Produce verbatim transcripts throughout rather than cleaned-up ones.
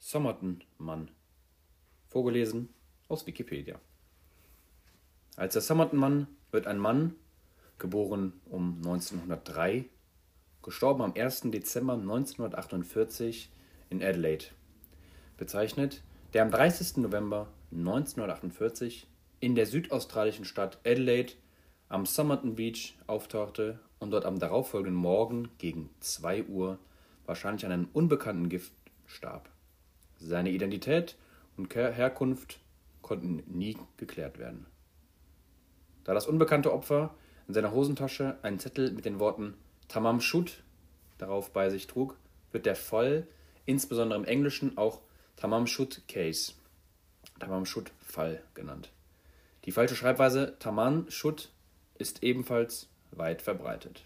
Somerton-Mann. Vorgelesen aus Wikipedia. Als der Somerton-Mann wird ein Mann, geboren um neunzehnhundertdrei, gestorben am ersten Dezember neunzehnhundertachtundvierzig in Adelaide, bezeichnet, der am dreißigsten November neunzehnhundertachtundvierzig in der südaustralischen Stadt Adelaide am Somerton Beach auftauchte und dort am darauffolgenden Morgen gegen zwei Uhr wahrscheinlich an einem unbekannten Gift starb. Seine Identität und Herkunft konnten nie geklärt werden. Da das unbekannte Opfer in seiner Hosentasche einen Zettel mit den Worten Tamam Shud darauf bei sich trug, wird der Fall, insbesondere im Englischen, auch Tamam Shud Case, Tamam Shud Fall genannt. Die falsche Schreibweise Taman Shud ist ebenfalls weit verbreitet.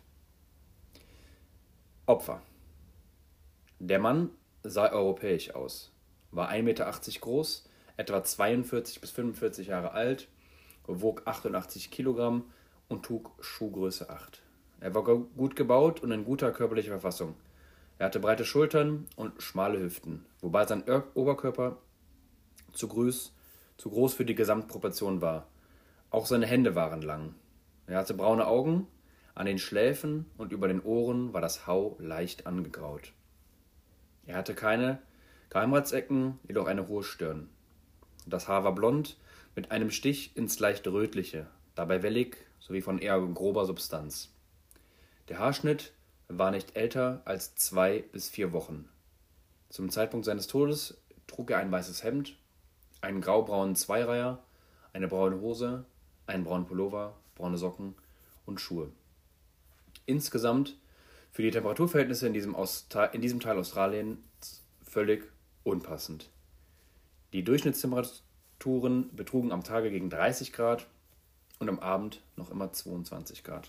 Opfer. Der Mann sah europäisch aus, war ein Meter achtzig groß, etwa zweiundvierzig bis fünfundvierzig Jahre alt, wog achtundachtzig Kilogramm und trug Schuhgröße acht. Er war gut gebaut und in guter körperlicher Verfassung. Er hatte breite Schultern und schmale Hüften, wobei sein Oberkörper zu groß, zu groß für die Gesamtproportion war. Auch seine Hände waren lang. Er hatte braune Augen, an den Schläfen und über den Ohren war das Haar leicht angegraut. Er hatte keine Geheimratsecken, jedoch eine hohe Stirn. Das Haar war blond, mit einem Stich ins leicht rötliche, dabei wellig sowie von eher grober Substanz. Der Haarschnitt war nicht älter als zwei bis vier Wochen. Zum Zeitpunkt seines Todes trug er ein weißes Hemd, einen graubraunen Zweireiher, eine braune Hose, einen braunen Pullover, braune Socken und Schuhe. Insgesamt für die Temperaturverhältnisse in diesem, Austa- in diesem Teil Australiens völlig unpassend. Die Durchschnittstemperaturen betrugen am Tage gegen dreißig Grad und am Abend noch immer zweiundzwanzig Grad.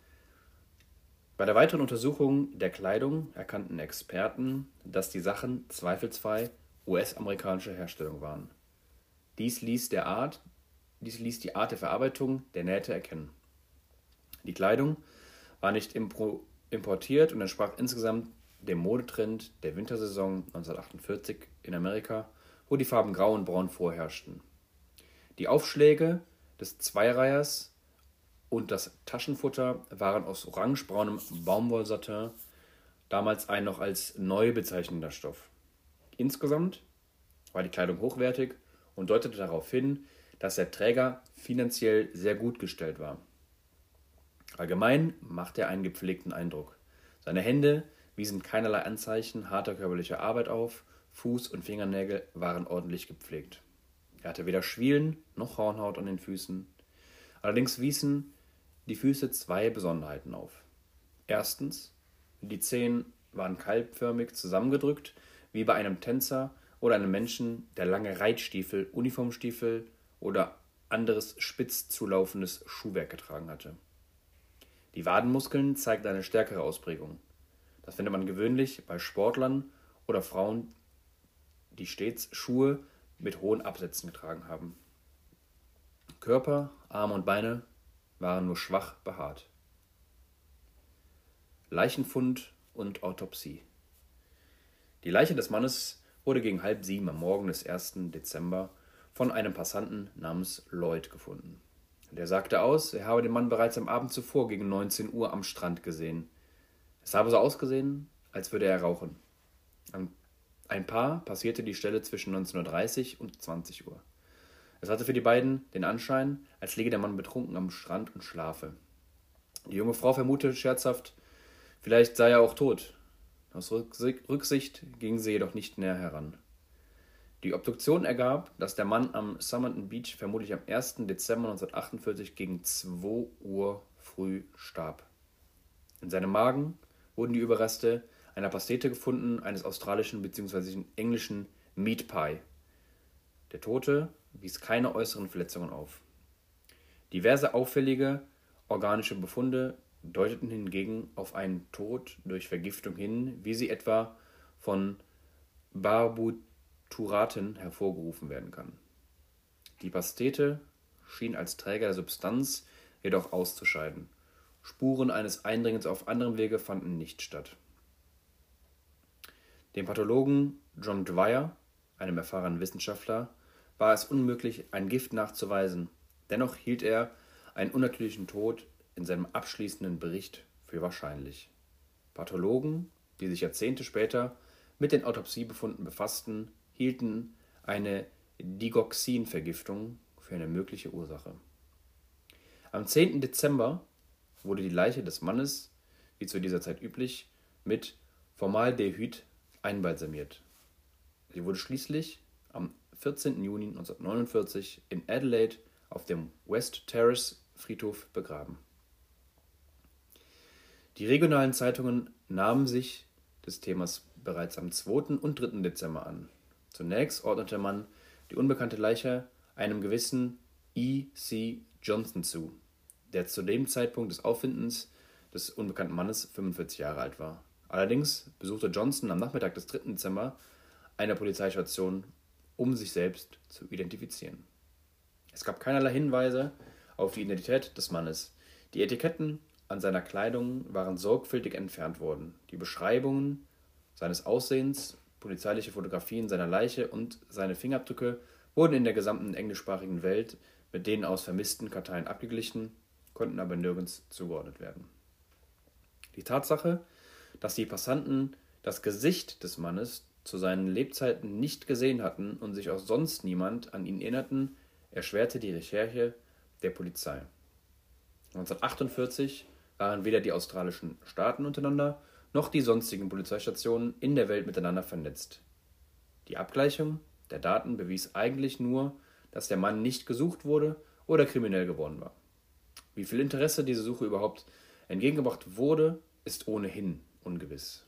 Bei der weiteren Untersuchung der Kleidung erkannten Experten, dass die Sachen zweifelsfrei U S-amerikanischer Herstellung waren. Dies ließ, der Art, dies ließ die Art der Verarbeitung der Nähte erkennen. Die Kleidung war nicht impro- importiert und entsprach insgesamt dem Modetrend der Wintersaison neunzehnhundertachtundvierzig in Amerika, wo die Farben Grau und Braun vorherrschten. Die Aufschläge des Zweireihers und das Taschenfutter waren aus orangebraunem Baumwollsatin, damals ein noch als neu bezeichnender Stoff. Insgesamt war die Kleidung hochwertig und deutete darauf hin, dass der Träger finanziell sehr gut gestellt war. Allgemein machte er einen gepflegten Eindruck. Seine Hände wiesen keinerlei Anzeichen harter körperlicher Arbeit auf, Fuß und Fingernägel waren ordentlich gepflegt. Er hatte weder Schwielen noch Hornhaut an den Füßen. Allerdings wiesen die Füße zwei Besonderheiten auf. Erstens, die Zehen waren kalbförmig zusammengedrückt, wie bei einem Tänzer oder einem Menschen, der lange Reitstiefel, Uniformstiefel oder anderes spitz zulaufendes Schuhwerk getragen hatte. Die Wadenmuskeln zeigten eine stärkere Ausprägung. Das findet man gewöhnlich bei Sportlern oder Frauen, die stets Schuhe mit hohen Absätzen getragen haben. Körper, Arme und Beine waren nur schwach behaart. Leichenfund und Autopsie. Die Leiche des Mannes wurde gegen halb sieben am Morgen des ersten Dezember von einem Passanten namens Lloyd gefunden. Der sagte aus, er habe den Mann bereits am Abend zuvor gegen neunzehn Uhr am Strand gesehen. Es habe so ausgesehen, als würde er rauchen. Ein Paar passierte die Stelle zwischen neunzehn Uhr dreißig und zwanzig Uhr. Es hatte für die beiden den Anschein, als liege der Mann betrunken am Strand und schlafe. Die junge Frau vermutete scherzhaft, vielleicht sei er auch tot. Aus Rücksicht ging sie jedoch nicht näher heran. Die Obduktion ergab, dass der Mann am Somerton Beach vermutlich am ersten Dezember neunzehnhundertachtundvierzig gegen zwei Uhr früh starb. In seinem Magen wurden die Überreste einer Pastete gefunden, eines australischen bzw. englischen Meat Pie. Der Tote wies keine äußeren Verletzungen auf. Diverse auffällige organische Befunde deuteten hingegen auf einen Tod durch Vergiftung hin, wie sie etwa von Barbituraten hervorgerufen werden kann. Die Pastete schien als Träger der Substanz jedoch auszuscheiden. Spuren eines Eindringens auf anderem Wege fanden nicht statt. Dem Pathologen John Dwyer einem erfahrenen Wissenschaftler, war es unmöglich, ein Gift nachzuweisen. Dennoch hielt er einen unnatürlichen Tod in seinem abschließenden Bericht für wahrscheinlich. Pathologen, die sich Jahrzehnte später mit den Autopsiebefunden befassten, hielten eine Digoxin-Vergiftung für eine mögliche Ursache. Am zehnten Dezember wurde die Leiche des Mannes, wie zu dieser Zeit üblich, mit Formaldehyd einbalsamiert. Sie wurde schließlich am vierzehnten Juni neunzehnhundertneunundvierzig in Adelaide auf dem West Terrace Friedhof begraben. Die regionalen Zeitungen nahmen sich des Themas bereits am zweiten und dritten Dezember an. Zunächst ordnete man die unbekannte Leiche einem gewissen E C Johnson zu, der zu dem Zeitpunkt des Auffindens des unbekannten Mannes fünfundvierzig Jahre alt war. Allerdings besuchte Johnson am Nachmittag des dritten Dezember eine Polizeistation, um sich selbst zu identifizieren. Es gab keinerlei Hinweise auf die Identität des Mannes. Die Etiketten an seiner Kleidung waren sorgfältig entfernt worden. Die Beschreibungen seines Aussehens, polizeiliche Fotografien seiner Leiche und seine Fingerabdrücke wurden in der gesamten englischsprachigen Welt mit denen aus vermissten Karteien abgeglichen, konnten aber nirgends zugeordnet werden. Die Tatsache, dass die Passanten das Gesicht des Mannes zu seinen Lebzeiten nicht gesehen hatten und sich auch sonst niemand an ihn erinnerten, erschwerte die Recherche der Polizei. neunzehnhundertachtundvierzig waren weder die australischen Staaten untereinander noch die sonstigen Polizeistationen in der Welt miteinander vernetzt. Die Abgleichung der Daten bewies eigentlich nur, dass der Mann nicht gesucht wurde oder kriminell geworden war. Wie viel Interesse diese Suche überhaupt entgegengebracht wurde, ist ohnehin ungewiss.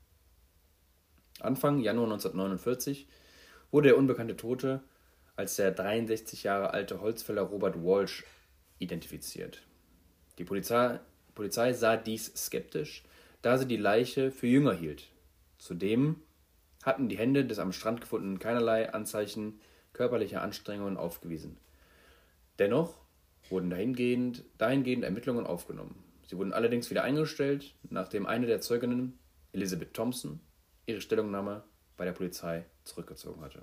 Anfang Januar neunzehnhundertneunundvierzig wurde der unbekannte Tote als der dreiundsechzig Jahre alte Holzfäller Robert Walsh identifiziert. Die Polizei, Polizei sah dies skeptisch, da sie die Leiche für jünger hielt. Zudem hatten die Hände des am Strand gefundenen keinerlei Anzeichen körperlicher Anstrengungen aufgewiesen. Dennoch wurden dahingehend, dahingehend Ermittlungen aufgenommen. Sie wurden allerdings wieder eingestellt, nachdem eine der Zeuginnen, Elizabeth Thompson, ihre Stellungnahme bei der Polizei zurückgezogen hatte.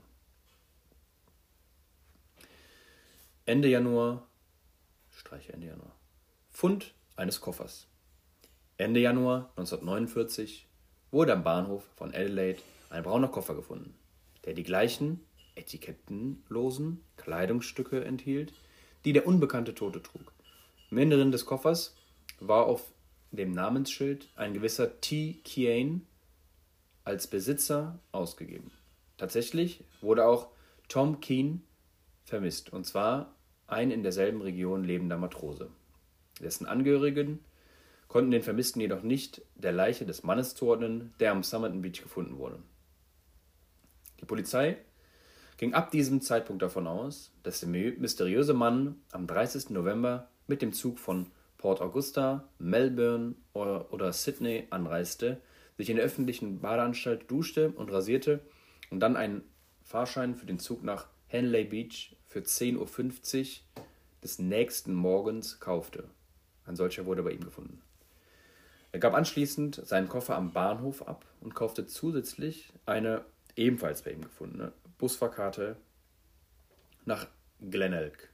Ende Januar, Streiche Ende Januar, Fund eines Koffers. Ende Januar neunzehnhundertneunundvierzig wurde am Bahnhof von Adelaide ein brauner Koffer gefunden, der die gleichen etikettenlosen Kleidungsstücke enthielt, die der unbekannte Tote trug. Im Inneren des Koffers war auf dem Namensschild ein gewisser T. Keane als Besitzer ausgegeben. Tatsächlich wurde auch Tom Keane vermisst, und zwar ein in derselben Region lebender Matrose. Dessen Angehörigen konnten den Vermissten jedoch nicht der Leiche des Mannes zuordnen, der am Somerton Beach gefunden wurde. Die Polizei ging ab diesem Zeitpunkt davon aus, dass der mysteriöse Mann am dreißigsten November mit dem Zug von Port Augusta, Melbourne oder Sydney anreiste, sich in der öffentlichen Badeanstalt duschte und rasierte und dann einen Fahrschein für den Zug nach Henley Beach für zehn Uhr fünfzig des nächsten Morgens kaufte. Ein solcher wurde bei ihm gefunden. Er gab anschließend seinen Koffer am Bahnhof ab und kaufte zusätzlich eine ebenfalls bei ihm gefundene Busfahrkarte nach Glenelg.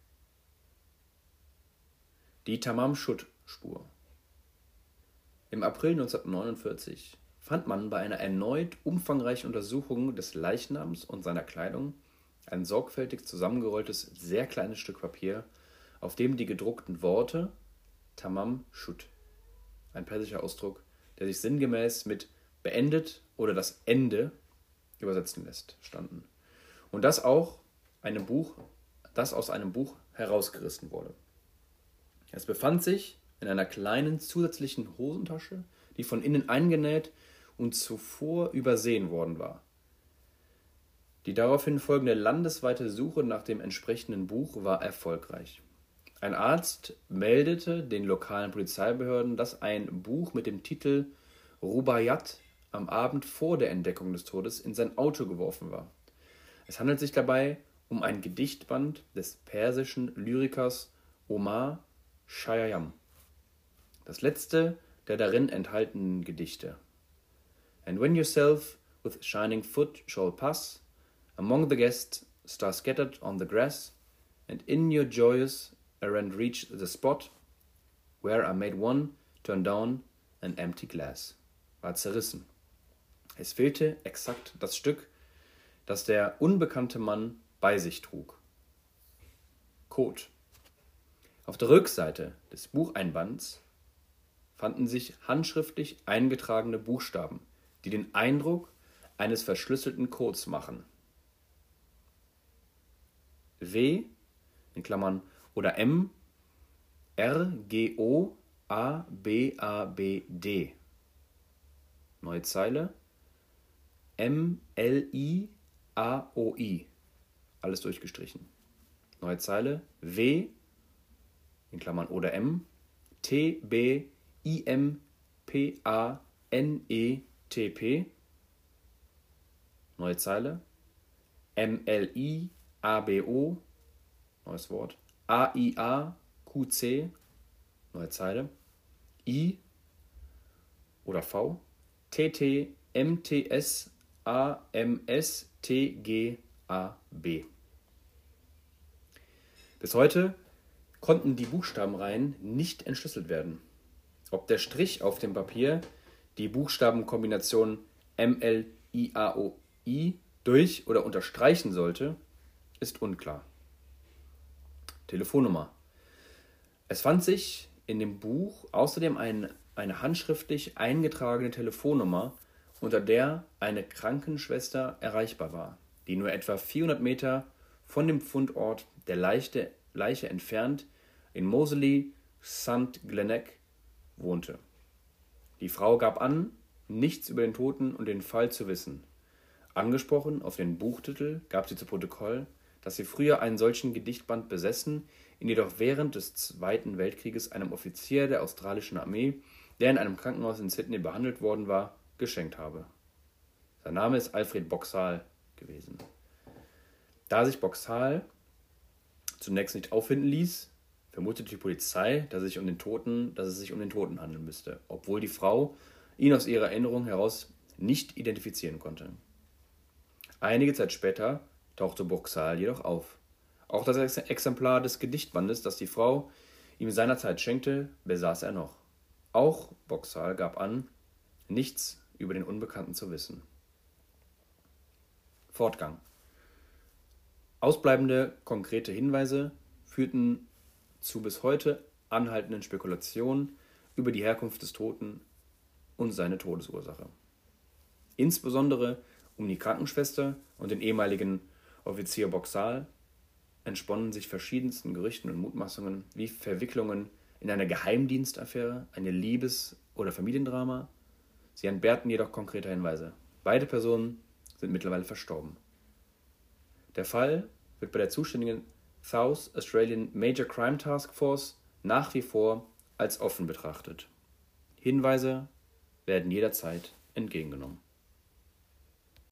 Die Tamam-Shud-Spur. Im April neunzehnhundertneunundvierzig fand man bei einer erneut umfangreichen Untersuchung des Leichnams und seiner Kleidung ein sorgfältig zusammengerolltes, sehr kleines Stück Papier, auf dem die gedruckten Worte Tamam Shud, ein persischer Ausdruck, der sich sinngemäß mit beendet oder das Ende übersetzen lässt, standen. Und das auch einem Buch, das aus einem Buch herausgerissen wurde. Es befand sich in einer kleinen zusätzlichen Hosentasche, die von innen eingenäht und zuvor übersehen worden war. Die daraufhin folgende landesweite Suche nach dem entsprechenden Buch war erfolgreich. Ein Arzt meldete den lokalen Polizeibehörden, dass ein Buch mit dem Titel Rubaiyat am Abend vor der Entdeckung des Todes in sein Auto geworfen war. Es handelt sich dabei um ein Gedichtband des persischen Lyrikers Omar Khayyam, das letzte der darin enthaltenen Gedichte. And when yourself with shining foot shall pass, Among the guests star scattered on the grass, and in your joyous errand reach the spot, where I made one turn down an empty glass. War zerrissen. Es fehlte exakt das Stück, das der unbekannte Mann bei sich trug. Code. Auf der Rückseite des Bucheinbands fanden sich handschriftlich eingetragene Buchstaben, die den Eindruck eines verschlüsselten Codes machen. W in Klammern oder M, R, G, O, A, B, A, B, D. Neue Zeile. M, L, I, A, O, I. Alles durchgestrichen. Neue Zeile. W in Klammern oder M, T, B, I, M, P, A, N, E, T, P. Neue Zeile. M, L, I, A, B, O. Neues Wort. A, I, A, Q, C. Neue Zeile. I oder V. T, T, M, T, S, A, M, S, T, G, A, B. Bis heute konnten die Buchstabenreihen nicht entschlüsselt werden. Ob der Strich auf dem Papier die Buchstabenkombination M, L, I, A, O, I durch- oder unterstreichen sollte, ist unklar. Telefonnummer. Es fand sich in dem Buch außerdem ein, eine handschriftlich eingetragene Telefonnummer, unter der eine Krankenschwester erreichbar war, die nur etwa vierhundert Meter von dem Fundort der Leiche, Leiche entfernt in Moseley, Sankt Glenelg wohnte. Die Frau gab an, nichts über den Toten und den Fall zu wissen. Angesprochen auf den Buchtitel gab sie zu Protokoll, dass sie früher einen solchen Gedichtband besessen, ihn jedoch während des Zweiten Weltkrieges einem Offizier der australischen Armee, der in einem Krankenhaus in Sydney behandelt worden war, geschenkt habe. Sein Name ist Alfred Boxall gewesen. Da sich Boxall zunächst nicht auffinden ließ, vermutete die Polizei, dass es sich um den Toten, dass es sich um den Toten handeln müsste, obwohl die Frau ihn aus ihrer Erinnerung heraus nicht identifizieren konnte. Einige Zeit später tauchte Boxall jedoch auf. Auch das Exemplar des Gedichtbandes, das die Frau ihm seinerzeit schenkte, besaß er noch. Auch Boxall gab an, nichts über den Unbekannten zu wissen. Fortgang. Ausbleibende konkrete Hinweise führten zu bis heute anhaltenden Spekulationen über die Herkunft des Toten und seine Todesursache. Insbesondere um die Krankenschwester und den ehemaligen Offizier Boxall entsponnen sich verschiedensten Gerüchten und Mutmaßungen wie Verwicklungen in eine Geheimdienstaffäre, eine Liebes- oder Familiendrama. Sie entbehrten jedoch konkreter Hinweise. Beide Personen sind mittlerweile verstorben. Der Fall wird bei der zuständigen South Australian Major Crime Task Force nach wie vor als offen betrachtet. Hinweise werden jederzeit entgegengenommen.